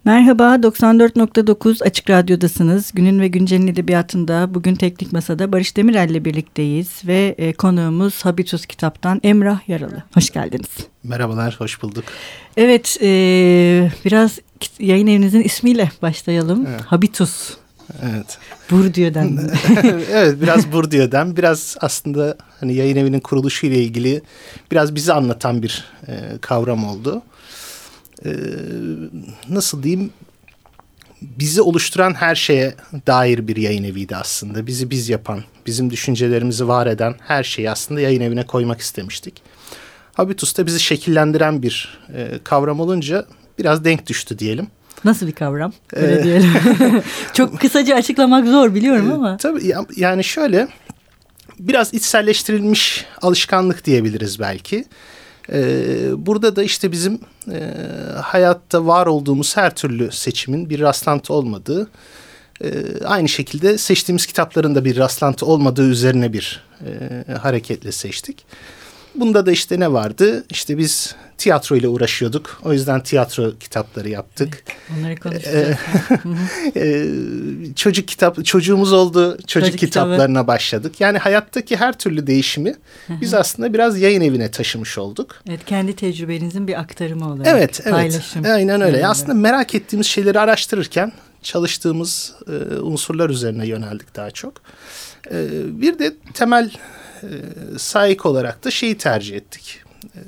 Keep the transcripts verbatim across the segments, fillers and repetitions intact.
Merhaba, doksan dört nokta dokuz Açık Radyo'dasınız. Günün ve Güncel'in edebiyatında bugün Teknik Masa'da Barış Demirel'le birlikteyiz ve e, konuğumuz Habitus kitaptan Emrah Yaralı. Hoş geldiniz. Merhabalar, hoş bulduk. Evet, e, biraz yayın evinizin ismiyle başlayalım. Evet. Habitus. Evet. Bourdieu'den. Evet, biraz Bourdieu'den, biraz aslında hani yayın evinin kuruluşu ile ilgili biraz bizi anlatan bir e, kavram oldu. E, nasıl diyeyim? Bizi oluşturan her şeye dair bir yayın eviydi aslında. Bizi biz yapan, bizim düşüncelerimizi var eden her şeyi aslında yayın evine koymak istemiştik. Habitus da bizi şekillendiren bir e, kavram olunca biraz denk düştü diyelim. Nasıl bir kavram? Öyle ee, diyelim. Çok kısaca açıklamak zor biliyorum ama. Tabii yani şöyle biraz içselleştirilmiş alışkanlık diyebiliriz belki. Ee, burada da işte bizim e, hayatta var olduğumuz her türlü seçimin bir rastlantı olmadığı, e, aynı şekilde seçtiğimiz kitapların da bir rastlantı olmadığı üzerine bir e, hareketle seçtik. Bunda da işte ne vardı? İşte biz tiyatro ile uğraşıyorduk. O yüzden tiyatro kitapları yaptık. Evet, onları konuşacağız. Ee, çocuk kitap, çocuğumuz oldu. Çocuk, çocuk kitaplarına kitabı. başladık. Yani hayattaki her türlü değişimi biz aslında biraz yayın evine taşımış olduk. Evet, kendi tecrübenizin bir aktarımı olarak. Evet, evet. Paylaşım. Aynen öyle. Aslında merak ettiğimiz şeyleri araştırırken çalıştığımız e, unsurlar üzerine yöneldik daha çok. E, bir de temel e, sahip olarak da şeyi tercih ettik. E,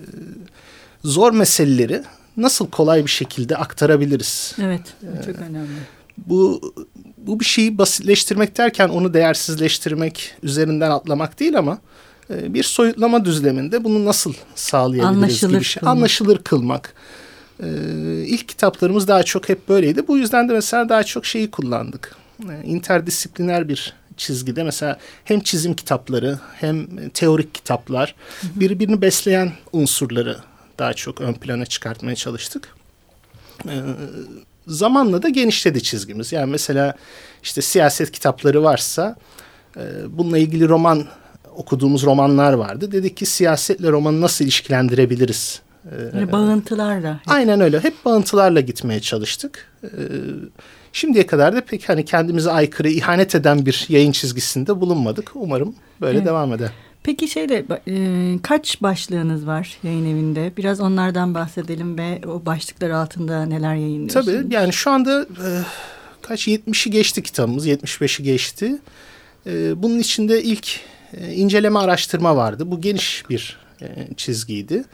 zor meseleleri nasıl kolay bir şekilde aktarabiliriz? Evet, bu çok önemli. Bu bu bir şeyi basitleştirmek derken onu değersizleştirmek, üzerinden atlamak değil ama bir soyutlama düzleminde bunu nasıl sağlayabiliriz Anlaşılır gibi şey. kılmak. Anlaşılır kılmak. Ee, ilk kitaplarımız daha çok hep böyleydi. Bu yüzden de mesela daha çok şeyi kullandık. Ee, interdisipliner bir çizgide mesela hem çizim kitapları hem teorik kitaplar, hı hı. birbirini besleyen unsurları daha çok ön plana çıkartmaya çalıştık. Ee, zamanla da genişledi çizgimiz. Yani mesela işte siyaset kitapları varsa e, bununla ilgili roman okuduğumuz romanlar vardı. Dedik ki siyasetle romanı nasıl ilişkilendirebiliriz? Ee, bağıntılarla. Aynen öyle. Hep bağıntılarla gitmeye çalıştık. Ee, şimdiye kadar da pek hani kendimize aykırı, ihanet eden bir yayın çizgisinde bulunmadık. Umarım böyle evet. devam eder. Peki şeyle e, kaç başlığınız var yayın evinde? Biraz onlardan bahsedelim ve o başlıklar altında neler yayınlıyorsunuz? Tabii yani şu anda e, kaç yetmişi geçti kitabımız, yetmiş beşi geçti. E, bunun içinde ilk e, inceleme araştırma vardı. Bu geniş bir e, çizgiydi.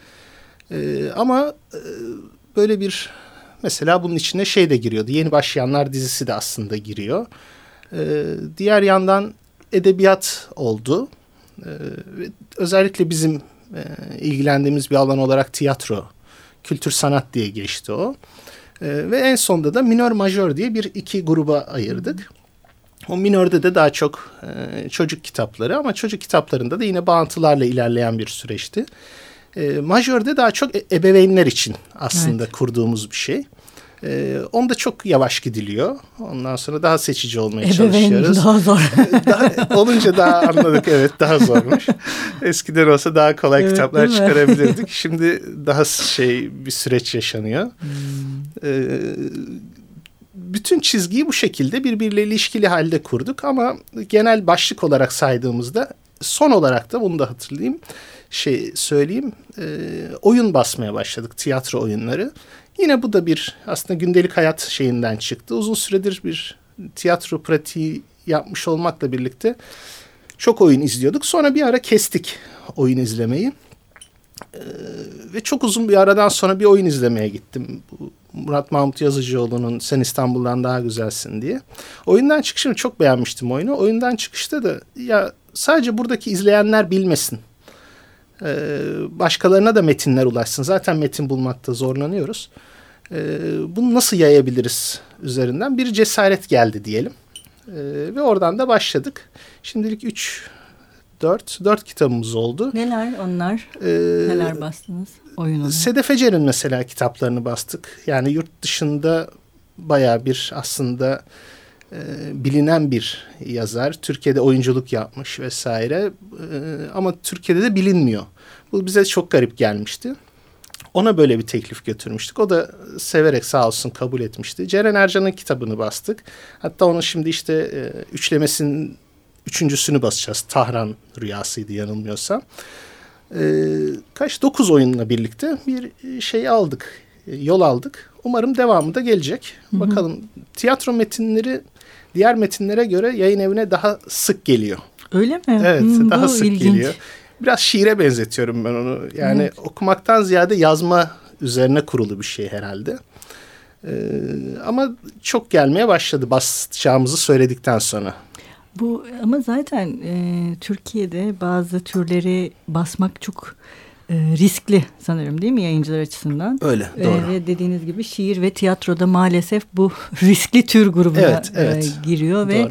E, ama e, böyle bir mesela bunun içine şey de giriyordu. Yeni Başlayanlar dizisi de aslında giriyor. E, diğer yandan edebiyat oldu. Ee, özellikle bizim e, ilgilendiğimiz bir alan olarak tiyatro, kültür sanat diye geçti o. Ee, ve en sonunda da minör majör diye bir iki gruba ayırdık. O minörde de daha çok e, çocuk kitapları ama çocuk kitaplarında da yine bağıntılarla ilerleyen bir süreçti. E, majörde daha çok e- ebeveynler için aslında evet. kurduğumuz bir şey. Ee, onda çok yavaş gidiliyor. Ondan sonra daha seçici olmaya Ebeveyn çalışıyoruz. Daha zor. daha, olunca daha anladık evet daha zormuş. Eskiden olsa daha kolay evet, kitaplar çıkarabilirdik. Şimdi daha şey bir süreç yaşanıyor. Hmm. Ee, bütün çizgiyi bu şekilde birbiriyle ilişkili halde kurduk ama genel başlık olarak saydığımızda son olarak da bunu da hatırlayayım. Şey söyleyeyim. E, oyun basmaya başladık. Tiyatro oyunları. Yine bu da bir aslında gündelik hayat şeyinden çıktı. Uzun süredir bir tiyatro pratiği yapmış olmakla birlikte çok oyun izliyorduk. Sonra bir ara kestik oyun izlemeyi. Ee, ve çok uzun bir aradan sonra bir oyun izlemeye gittim. Murat Mahmut Yazıcıoğlu'nun Sen İstanbul'dan Daha Güzelsin diye. Oyundan çıkışını çok beğenmiştim oyunu. Oyundan çıkışta da ya sadece buradaki izleyenler bilmesin. Ee, başkalarına da metinler ulaşsın. Zaten metin bulmakta zorlanıyoruz. Ee, bunu nasıl yayabiliriz üzerinden bir cesaret geldi diyelim. Ee, ve oradan da başladık. Şimdilik üç, dört, dört kitabımız oldu. Neler onlar? Ee, Neler bastınız? Oyununu. Sedef Ecer'in mesela kitaplarını bastık. Yani yurt dışında bayağı bir aslında e, bilinen bir yazar. Türkiye'de oyunculuk yapmış vesaire. E, ama Türkiye'de de bilinmiyor. Bu bize çok garip gelmişti. ona böyle bir teklif götürmüştük. O da severek sağ olsun kabul etmişti. Ceren Ercan'ın kitabını bastık. Hatta onun şimdi işte e, üçlemesinin üçüncüsünü basacağız. Tahran Rüyası'ydı yanılmıyorsam. E, kaç? Dokuz oyunla birlikte bir şey aldık. E, yol aldık. Umarım devamı da gelecek. Hı hı. Bakalım, tiyatro metinleri diğer metinlere göre yayın evine daha sık geliyor. Öyle mi? Evet, hmm, daha sık ilginç. geliyor. Biraz şiire benzetiyorum ben onu. Yani evet. Okumaktan ziyade yazma üzerine kurulu bir şey herhalde. Ee, ama çok gelmeye başladı basacağımızı söyledikten sonra. Bu ama zaten e, Türkiye'de bazı türleri basmak çok e, riskli sanırım, değil mi, yayıncılar açısından? Öyle, doğru. E, ve dediğiniz gibi şiir ve tiyatroda maalesef bu riskli tür grubuna evet, evet. E, giriyor ve doğru.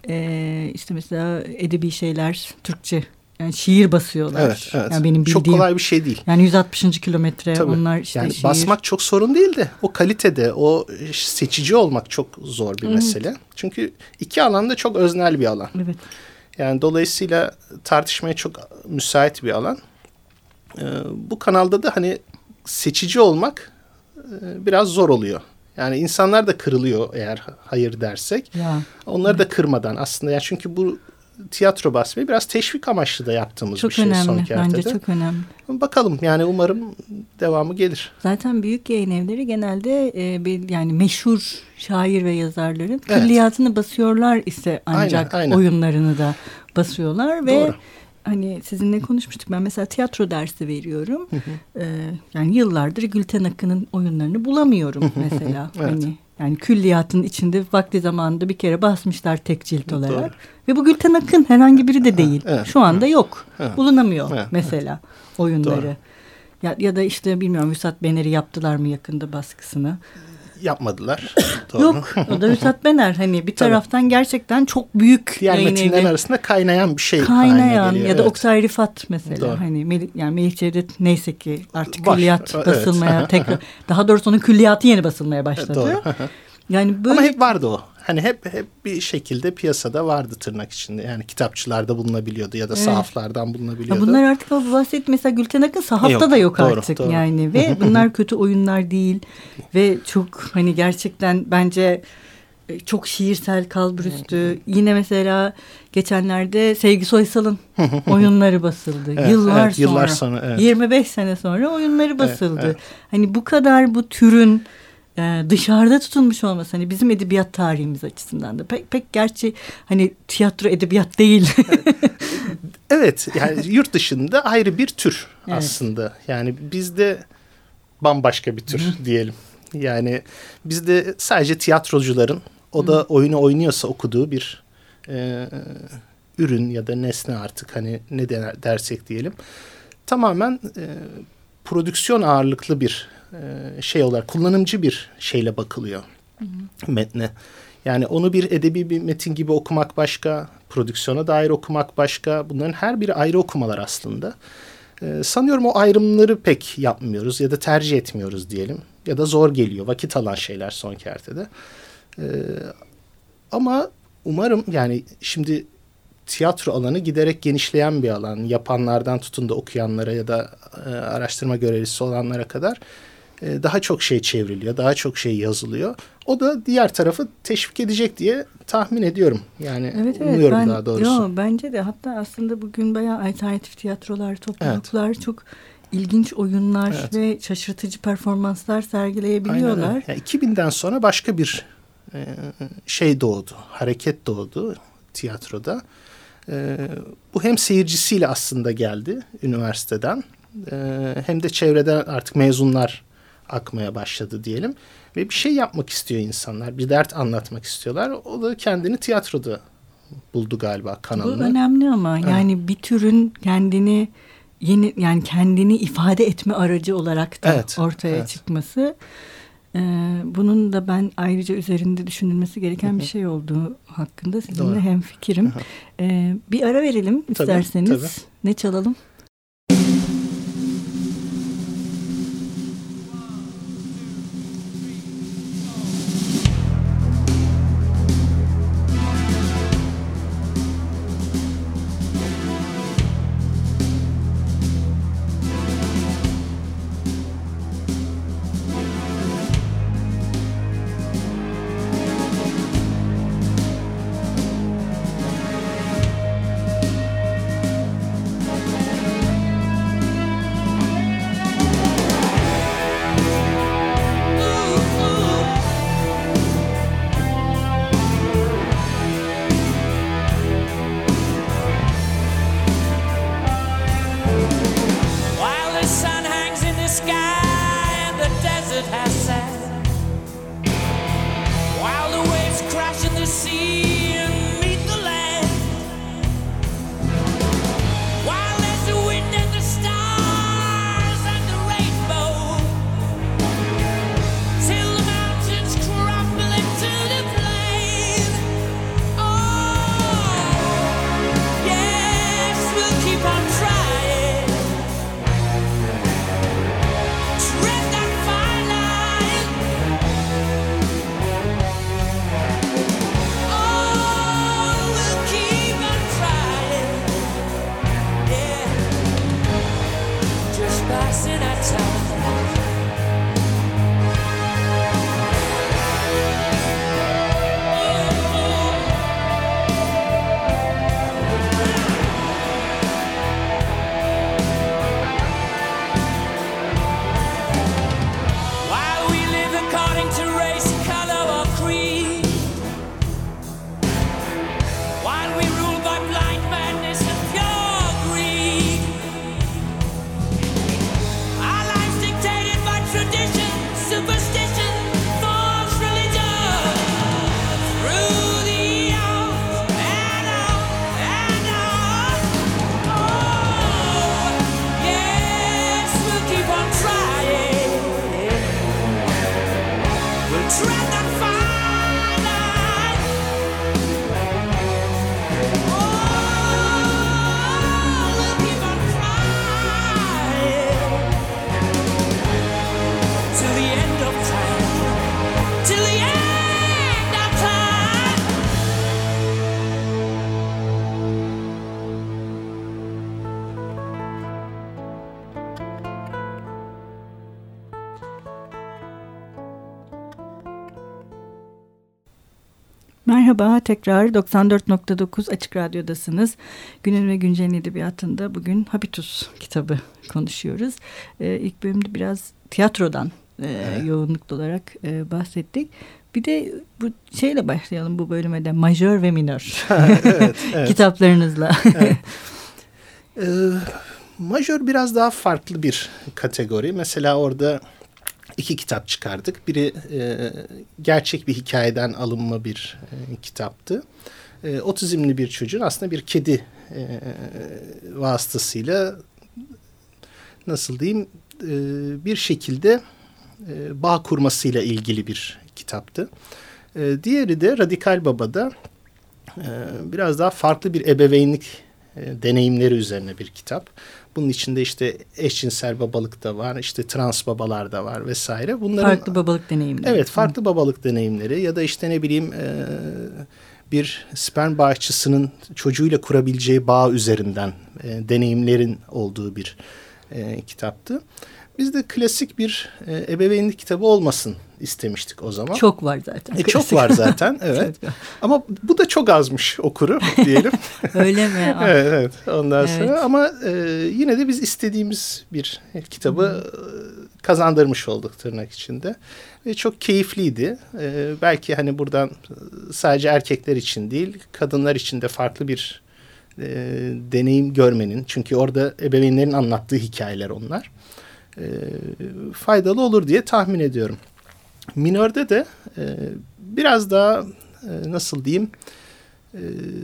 e, işte mesela edebi şeyler Türkçe, yani şiir basıyorlar. Evet, evet. Yani benim bildiğim, çok kolay bir şey değil. Yani yüz altmışıncı kilometre Tabii. onlar işte yani şiir. Basmak çok sorun değil de o kalitede, o seçici olmak çok zor bir evet. mesele. Çünkü iki alanda çok öznel bir alan. Evet. Yani dolayısıyla tartışmaya çok müsait bir alan. Ee, bu kanalda da hani seçici olmak e, biraz zor oluyor. Yani insanlar da kırılıyor eğer hayır dersek. Ya. Onları evet. da kırmadan aslında. Yani çünkü bu tiyatro basmayı biraz teşvik amaçlı da yaptığımız çok bir şey önemli, son kertede. Bence çok önemli. Bakalım, yani umarım devamı gelir. Zaten büyük yayın evleri genelde e, bir, yani meşhur şair ve yazarların evet. külliyatını basıyorlar ise ancak aynen, aynen. oyunlarını da basıyorlar ve doğru. Hani sizinle konuşmuştuk, ben mesela tiyatro dersi veriyorum. Hı hı. Ee, yani yıllardır Gülten Akın'ın oyunlarını bulamıyorum mesela. evet. Hani yani külliyatın içinde vakti zamanında bir kere basmışlar tek cilt olarak. Doğru. Ve bu Gülten Akın herhangi biri de değil. Evet. Şu anda yok. Evet. Bulunamıyor evet. mesela oyunları. Doğru. Ya, ya da işte bilmiyorum, Vüsat Bener'i yaptılar mı yakında baskısını? Yapmadılar. Doğru. Yok, o da Vüsat Bener. Hani bir taraftan gerçekten çok büyük diğer yayın metinlerin evi. arasında kaynayan bir şey. Kaynayan geliyor, ya da evet. Oktay Rifat mesela. Doğru. Hani Melih, yani Melih Cevdet neyse ki artık Var. külliyat evet. basılmaya tekrar, daha doğrusu onun külliyatı yeni basılmaya başladı. Doğru. Yani böyle... Ama hep vardı o. Hani hep hep bir şekilde piyasada vardı tırnak içinde. Yani kitapçılarda bulunabiliyordu ya da evet. sahaflardan bulunabiliyordu. Ya bunlar artık bahsettiğim mesela Gülten Akın sahafta yok, da yok doğru, artık doğru. yani. Ve bunlar kötü oyunlar değil. Ve çok hani gerçekten bence çok şiirsel, kalburüstü. Yine mesela geçenlerde Sevgi Soysal'ın oyunları basıldı. evet, yıllar evet, sonra. Yıllar sonra. Evet. yirmi beş sene sonra oyunları basıldı. Evet, evet. Hani bu kadar bu türün dışarıda tutulmuş olması, hani bizim edebiyat tarihimiz açısından da pek pek gerçi hani tiyatro edebiyat değil. evet, yani yurt dışında ayrı bir tür evet. aslında. Yani bizde bambaşka bir tür diyelim. Yani bizde sadece tiyatrocuların o da oyunu oynuyorsa okuduğu bir e, ürün ya da nesne, artık hani ne dersek diyelim. Tamamen e, prodüksiyon ağırlıklı bir şey olarak, kullanımcı bir şeyle bakılıyor hı hı. metne. Yani onu bir edebi bir metin gibi okumak başka, prodüksiyona dair okumak başka. Bunların her biri ayrı okumalar aslında. Ee, sanıyorum o ayrımları pek yapmıyoruz ya da tercih etmiyoruz diyelim. Ya da zor geliyor, vakit alan şeyler son kertede. Ee, ama umarım, yani şimdi tiyatro alanı giderek genişleyen bir alan. Yapanlardan tutun da okuyanlara ya da e, araştırma görevlisi olanlara kadar daha çok şey çevriliyor, daha çok şey yazılıyor. O da diğer tarafı teşvik edecek diye tahmin ediyorum. Yani evet, evet, umuyorum ben, daha doğrusu. Yo, bence de, hatta aslında bugün bayağı alternatif tiyatrolar, topluluklar evet. çok ilginç oyunlar evet. ve şaşırtıcı performanslar sergileyebiliyorlar. Yani iki binden sonra başka bir e, şey doğdu, hareket doğdu tiyatroda. E, bu hem seyircisiyle aslında geldi üniversiteden, e, hem de çevreden artık mezunlar akmaya başladı diyelim. Ve bir şey yapmak istiyor insanlar. Bir dert anlatmak istiyorlar. O da kendini tiyatroda buldu galiba, kanalını. Bu önemli ama evet. yani bir türün kendini yeni, yani kendini ifade etme aracı olarak da evet, ortaya evet. çıkması. Ee, bunun da ben ayrıca üzerinde düşünülmesi gereken bir şey olduğu hakkında sizinle Doğru. hemfikirim. Ee, bir ara verelim isterseniz. Tabii, tabii. Ne çalalım? Merhaba, tekrar doksan dört nokta dokuz Açık Radyo'dasınız. Günün ve Güncel'in edebiyatında bugün Habitus kitabı konuşuyoruz. Ee, ilk bölümde biraz tiyatrodan e, evet. yoğunluklu olarak e, bahsettik. Bir de bu şeyle başlayalım bu bölüme de, majör ve minör evet, evet. kitaplarınızla. Evet. Ee, majör biraz daha farklı bir kategori. Mesela orada İki kitap çıkardık. Biri e, gerçek bir hikayeden alınma bir e, kitaptı. E, otizmli bir çocuğun aslında bir kedi e, vasıtasıyla nasıl diyeyim e, bir şekilde e, bağ kurmasıyla ilgili bir kitaptı. E, diğeri de Radikal Baba'da e, biraz daha farklı bir ebeveynlik e, deneyimleri üzerine bir kitap. Bunun içinde işte eşcinsel babalık da var, işte trans babalar da var vesaire. Bunların, farklı babalık deneyimleri. Evet, farklı Hı. babalık deneyimleri ya da işte ne bileyim e, bir sperm bağışçısının çocuğuyla kurabileceği bağ üzerinden e, deneyimlerin olduğu bir e, kitaptı. Biz de klasik bir e, ebeveynlik kitabı olmasın istemiştik o zaman. Çok var zaten. E, çok var zaten, evet. Ama bu da çok azmış okuru diyelim. Öyle mi? evet, evet. Ondan evet. sonra ama e, yine de biz istediğimiz bir kitabı hmm. kazandırmış olduk tırnak içinde. Ve çok keyifliydi. E, belki hani buradan sadece erkekler için değil, kadınlar için de farklı bir e, deneyim görmenin. Çünkü orada ebeveynlerin anlattığı hikayeler onlar. E, faydalı olur diye tahmin ediyorum. Minörde de e, biraz daha e, nasıl diyeyim e,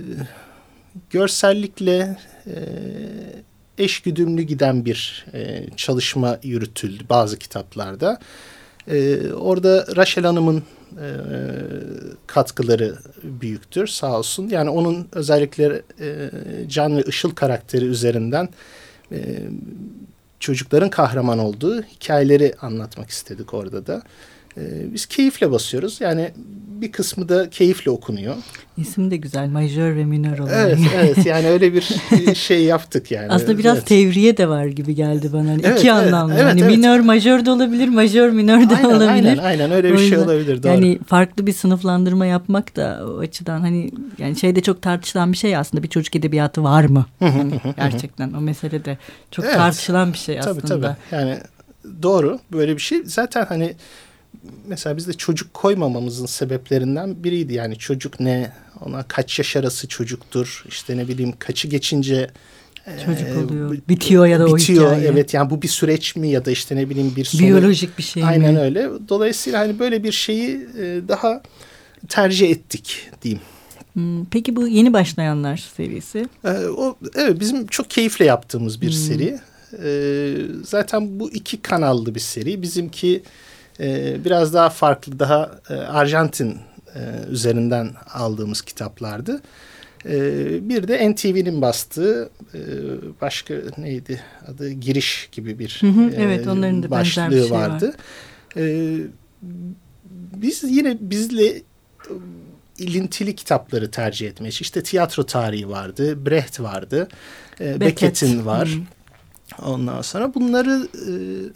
görsellikle e, eşgüdümlü giden bir e, çalışma yürütüldü bazı kitaplarda. E, orada Rachel Hanım'ın e, katkıları büyüktür sağ olsun. Yani onun özellikle e, Can ve Işıl karakteri üzerinden e, çocukların kahraman olduğu hikayeleri anlatmak istedik orada da. Ee, biz keyifle basıyoruz. Yani bir kısmı da keyifle okunuyor. İsim de güzel. Majör ve minör olarak. Evet, evet. Yani öyle bir şey yaptık yani. Aslında biraz evet. tevriye de var gibi geldi bana. Hani evet, iki evet, anlamlı. Evet, hani evet. Minör majör de olabilir, majör minör de aynen, olabilir. Aynen, aynen öyle bir şey olabilir. Doğru. Yani farklı bir sınıflandırma yapmak da o açıdan hani yani şeyde çok tartışılan bir şey aslında. Bir çocuk edebiyatı var mı? hani gerçekten o mesele de çok evet. tartışılan bir şey aslında. Tabii tabii. Yani doğru böyle bir şey. Zaten hani mesela biz de çocuk koymamamızın sebeplerinden biriydi. Yani çocuk ne, ona kaç yaş arası çocuktur, işte ne bileyim kaçı geçince çocuk e, oluyor, bitiyor ya da bitiyor, o hikaye. Evet, yani bu bir süreç mi ya da işte ne bileyim bir sonu. Biyolojik bir şey mi? Aynen öyle. Dolayısıyla hani böyle bir şeyi e, daha tercih ettik diyeyim. Hmm, peki bu yeni başlayanlar serisi? E, o evet bizim çok keyifle yaptığımız bir hmm. seri. E, zaten bu iki kanallı bir seri. Bizimki Ee, biraz daha farklı, daha e, Arjantin e, üzerinden aldığımız kitaplardı. Ee, bir de N T V'nin bastığı e, başka neydi adı, Giriş gibi bir hı hı, evet, onların da başlığı bir şey vardı. Var. Ee, biz yine bizle ilintili kitapları tercih etmeye, işte tiyatro tarihi vardı, Brecht vardı, e, Beckett'in var. Hı. Ondan sonra bunları e,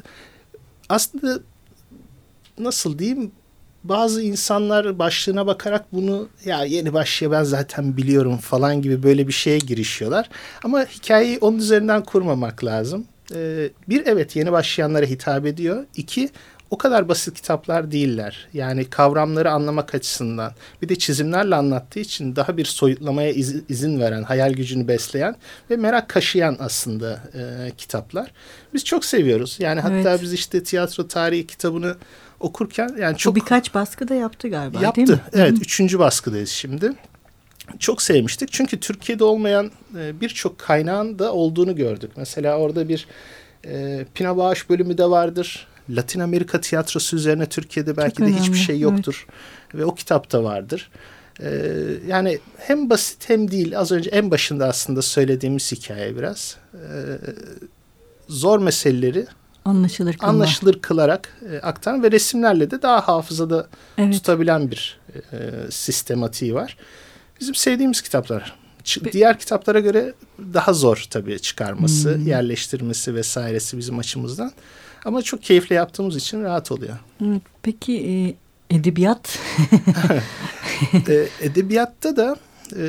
aslında nasıl diyeyim, bazı insanlar başlığına bakarak bunu ya yeni başlıyor ben zaten biliyorum falan gibi böyle bir şeye girişiyorlar. Ama hikayeyi onun üzerinden kurmamak lazım. Ee, bir, evet yeni başlayanlara hitap ediyor. İki, o kadar basit kitaplar değiller. Yani kavramları anlamak açısından. Bir de çizimlerle anlattığı için daha bir soyutlamaya iz, izin veren, hayal gücünü besleyen ve merak kaşıyan aslında e, kitaplar. Biz çok seviyoruz. Yani hatta evet. biz işte tiyatro tarihi kitabını okurken yani çok... O birkaç baskı da yaptı galiba yaptı, değil mi? Evet, Hı-hı. üçüncü baskıdayız şimdi. Çok sevmiştik. Çünkü Türkiye'de olmayan e, birçok kaynağın da olduğunu gördük. Mesela orada bir e, Pina Bausch bölümü de vardır. Latin Amerika tiyatrosu üzerine Türkiye'de belki çok de önemli. Hiçbir şey yoktur. Evet. Ve o kitapta vardır. Ee, yani hem basit hem değil. Az önce en başında aslında söylediğimiz hikaye biraz. Ee, zor meseleleri anlaşılır, anlaşılır kılarak e, aktaran ve resimlerle de daha hafızada evet. tutabilen bir e, sistematiği var. Bizim sevdiğimiz kitaplar. Ç- diğer kitaplara göre daha zor tabii çıkarması, hmm. yerleştirmesi vesairesi bizim açımızdan. Ama çok keyifle yaptığımız için rahat oluyor. Evet, peki e, edebiyat e, edebiyatta da e,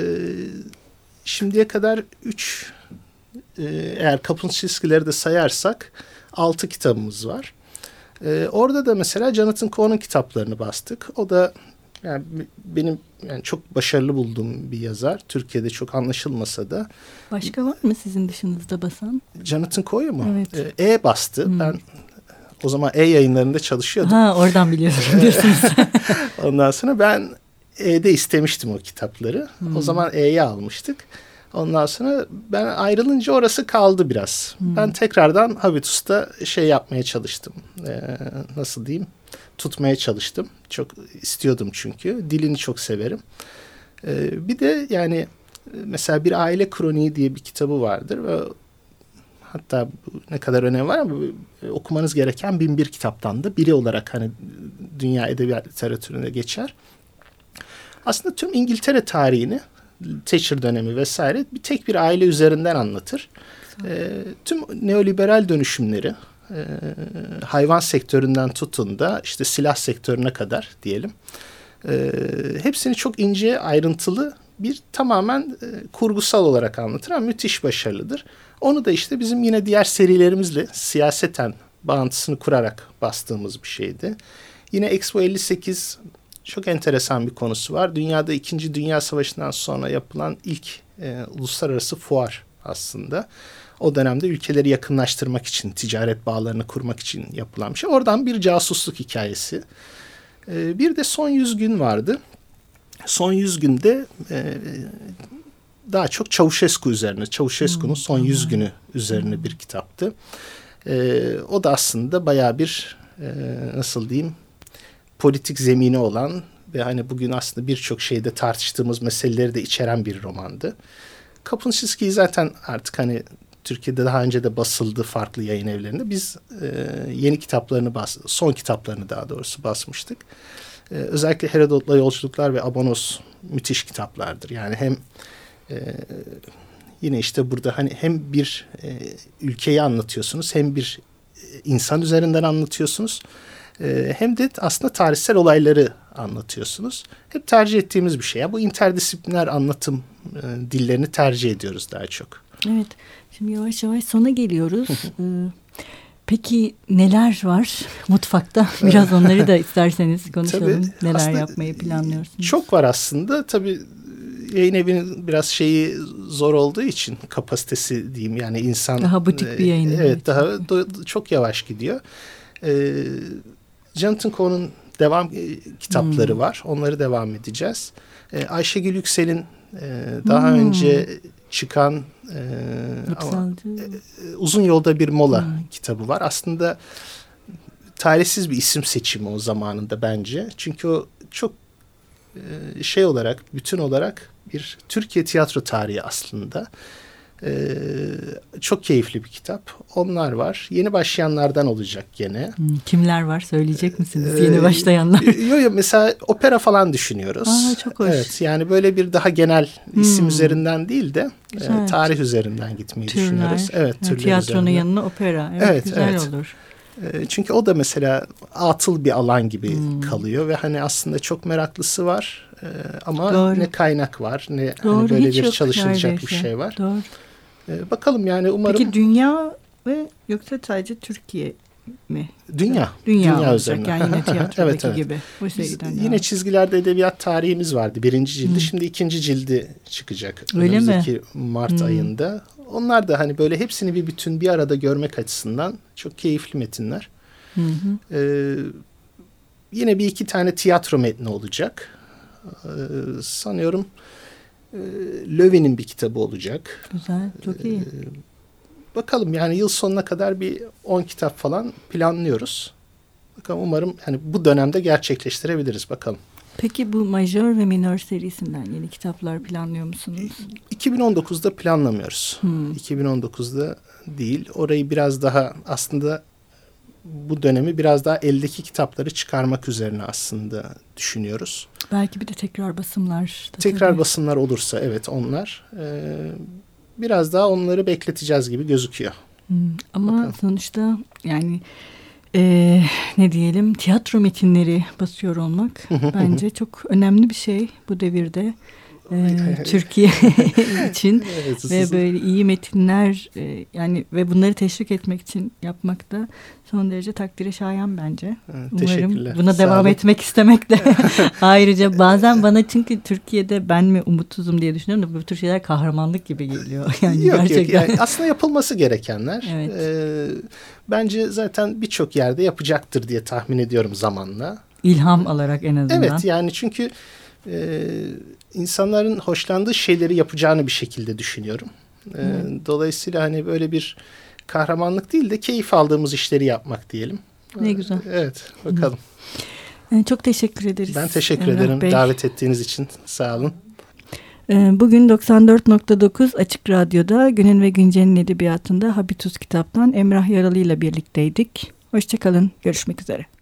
şimdiye kadar üç, e, eğer Kapuscinski'leri de sayarsak altı kitabımız var. E, orada da mesela Jonathan Coe'nun kitaplarını bastık. O da yani benim yani çok başarılı bulduğum bir yazar. Türkiye'de çok anlaşılmasa da. Başka var mı sizin dışınızda basan? Jonathan Coe'yu mu? Evet. E, e bastı. Hmm. Ben o zaman E yayınlarında çalışıyordum. Ha, oradan biliyorsun diyorsunuz. Ondan sonra ben E'de istemiştim o kitapları. Hmm. O zaman E'yi almıştık. Ondan sonra ben ayrılınca orası kaldı biraz. Hmm. Ben tekrardan Habitus'ta şey yapmaya çalıştım. Ee, nasıl diyeyim? Tutmaya çalıştım. Çok istiyordum çünkü. Dilini çok severim. Ee, bir de yani mesela bir aile kroniği diye bir kitabı vardır ve hatta ne kadar önemi var ama okumanız gereken bin bir kitaptan da biri olarak hani dünya edebiyat literatüründe geçer. Aslında tüm İngiltere tarihini, Thatcher dönemi vesaire bir tek bir aile üzerinden anlatır. E, tüm neoliberal dönüşümleri e, hayvan sektöründen tutun da işte silah sektörüne kadar diyelim. E, hepsini çok ince ayrıntılı bir tamamen e, kurgusal olarak anlatır ama müthiş başarılıdır. Onu da işte bizim yine diğer serilerimizle siyaseten bağıntısını kurarak bastığımız bir şeydi. Yine Expo elli sekiz çok enteresan bir konusu var. Dünyada İkinci Dünya Savaşı'ndan sonra yapılan ilk e, uluslararası fuar aslında. O dönemde ülkeleri yakınlaştırmak için, ticaret bağlarını kurmak için yapılan bir şey. Oradan bir casusluk hikayesi. E, bir de Son Yüz Gün vardı. Son Yüz Gün'de e, daha çok Çavuşescu üzerine, Çavuşescu'nun Son Yüz Günü üzerine bir kitaptı. E, o da aslında bayağı bir e, nasıl diyeyim, politik zemini olan ve hani bugün aslında birçok şeyde tartıştığımız meseleleri de içeren bir romandı. Kapuscinski'yi zaten artık hani Türkiye'de daha önce de basıldı farklı yayın evlerinde. Biz e, yeni kitaplarını bas, son kitaplarını daha doğrusu basmıştık. E, özellikle Herodot'la Yolculuklar ve Abanos müthiş kitaplardır. Yani hem e, yine işte burada hani hem bir e, ülkeyi anlatıyorsunuz, hem bir e, insan üzerinden anlatıyorsunuz. Hem de aslında tarihsel olayları anlatıyorsunuz. Hep tercih ettiğimiz bir şey. Bu interdisipliner anlatım e, dillerini tercih ediyoruz daha çok. Evet. Şimdi yavaş yavaş sona geliyoruz. Peki neler var mutfakta? Biraz onları da isterseniz konuşalım. Tabii, neler yapmayı planlıyorsunuz? Çok var aslında. Tabii yayın evinin biraz şeyi zor olduğu için, kapasitesi diyeyim, yani insan daha butik bir yayın evi. Evet, daha do- çok yavaş gidiyor. Ee, Jonathan Coe'nun devam e, kitapları hmm. var. Onları devam edeceğiz. Ee, Ayşegül Yüksel'in e, daha hmm. önce çıkan e, ama, e, Uzun Yolda Bir Mola hmm. kitabı var. Aslında talihsiz bir isim seçimi o zamanında bence. Çünkü o çok e, şey olarak, bütün olarak bir Türkiye tiyatro tarihi aslında. Ee, çok keyifli bir kitap. Onlar var. Yeni başlayanlardan olacak gene. Hmm, kimler var? Söyleyecek misiniz? Ee, Yeni başlayanlar. Yok yok, mesela opera falan düşünüyoruz. Aa, çok hoş. Evet, yani böyle bir daha genel isim hmm. üzerinden değil de e, tarih üzerinden gitmeyi türler. düşünüyoruz. Evet, yani tiyatronun üzerinden. Yanına opera. Evet, evet güzel evet. olur. E, çünkü o da mesela atıl bir alan gibi hmm. kalıyor ve hani aslında çok meraklısı var. E, ama Doğru. ne kaynak var, ne hani böyle Hiç bir çalışılacak neredeyse. bir şey var. Doğru. Ee, bakalım yani umarım. Peki dünya ve yoksa sadece Türkiye mi? Dünya. Dünya, dünya üzerine. Yani yine tiyatrodaki evet, evet. gibi. Bu yine devam. Çizgilerde edebiyat tarihimiz vardı. Birinci cildi. Hmm. Şimdi ikinci cildi çıkacak. Öyle mi? Mart hmm. ayında. Onlar da hani böyle hepsini bir bütün bir arada görmek açısından çok keyifli metinler. Hmm. Ee, yine bir iki tane tiyatro metni olacak. Ee, sanıyorum Löwen'in bir kitabı olacak. Güzel, çok iyi. Ee, bakalım yani yıl sonuna kadar bir on kitap falan planlıyoruz. Bakalım, umarım hani bu dönemde gerçekleştirebiliriz, bakalım. Peki bu majör ve minör serisinden yeni kitaplar planlıyor musunuz? iki bin on dokuzda planlamıyoruz. Hmm. iki bin on dokuzda değil. Orayı biraz daha aslında bu dönemi biraz daha eldeki kitapları çıkarmak üzerine aslında düşünüyoruz. Belki bir de tekrar basımlar. Tekrar tabii. basımlar olursa evet onlar. Ee, biraz daha onları bekleteceğiz gibi gözüküyor. Hmm, ama Bakalım. sonuçta yani e, ne diyelim tiyatro metinleri basıyor olmak bence çok önemli bir şey bu devirde. Ee, Türkiye için evet, ve böyle iyi metinler e, yani ve bunları teşvik etmek için yapmak da son derece takdire şayan bence. Evet, umarım buna Sağ devam olun. etmek istemek de ayrıca bazen bana çünkü Türkiye'de ben mi umutsuzum diye düşünüyorum da bu tür şeyler kahramanlık gibi geliyor. Yani yok gerçekten. yok yani aslında yapılması gerekenler. Evet. Ee, bence zaten birçok yerde yapacaktır diye tahmin ediyorum zamanla. İlham alarak en azından. Evet yani çünkü e, insanların hoşlandığı şeyleri yapacağını bir şekilde düşünüyorum. Ee, dolayısıyla hani böyle bir kahramanlık değil de keyif aldığımız işleri yapmak diyelim. Ne güzel. Evet, bakalım. Hı. Çok teşekkür ederiz. Ben teşekkür Emrah ederim Bey. Davet ettiğiniz için. Sağ olun. Bugün doksan dört nokta dokuz Açık Radyo'da Günün ve Güncel'in edebiyatında Habitus kitaptan Emrah Yaralı ile birlikteydik. Hoşçakalın. Görüşmek üzere.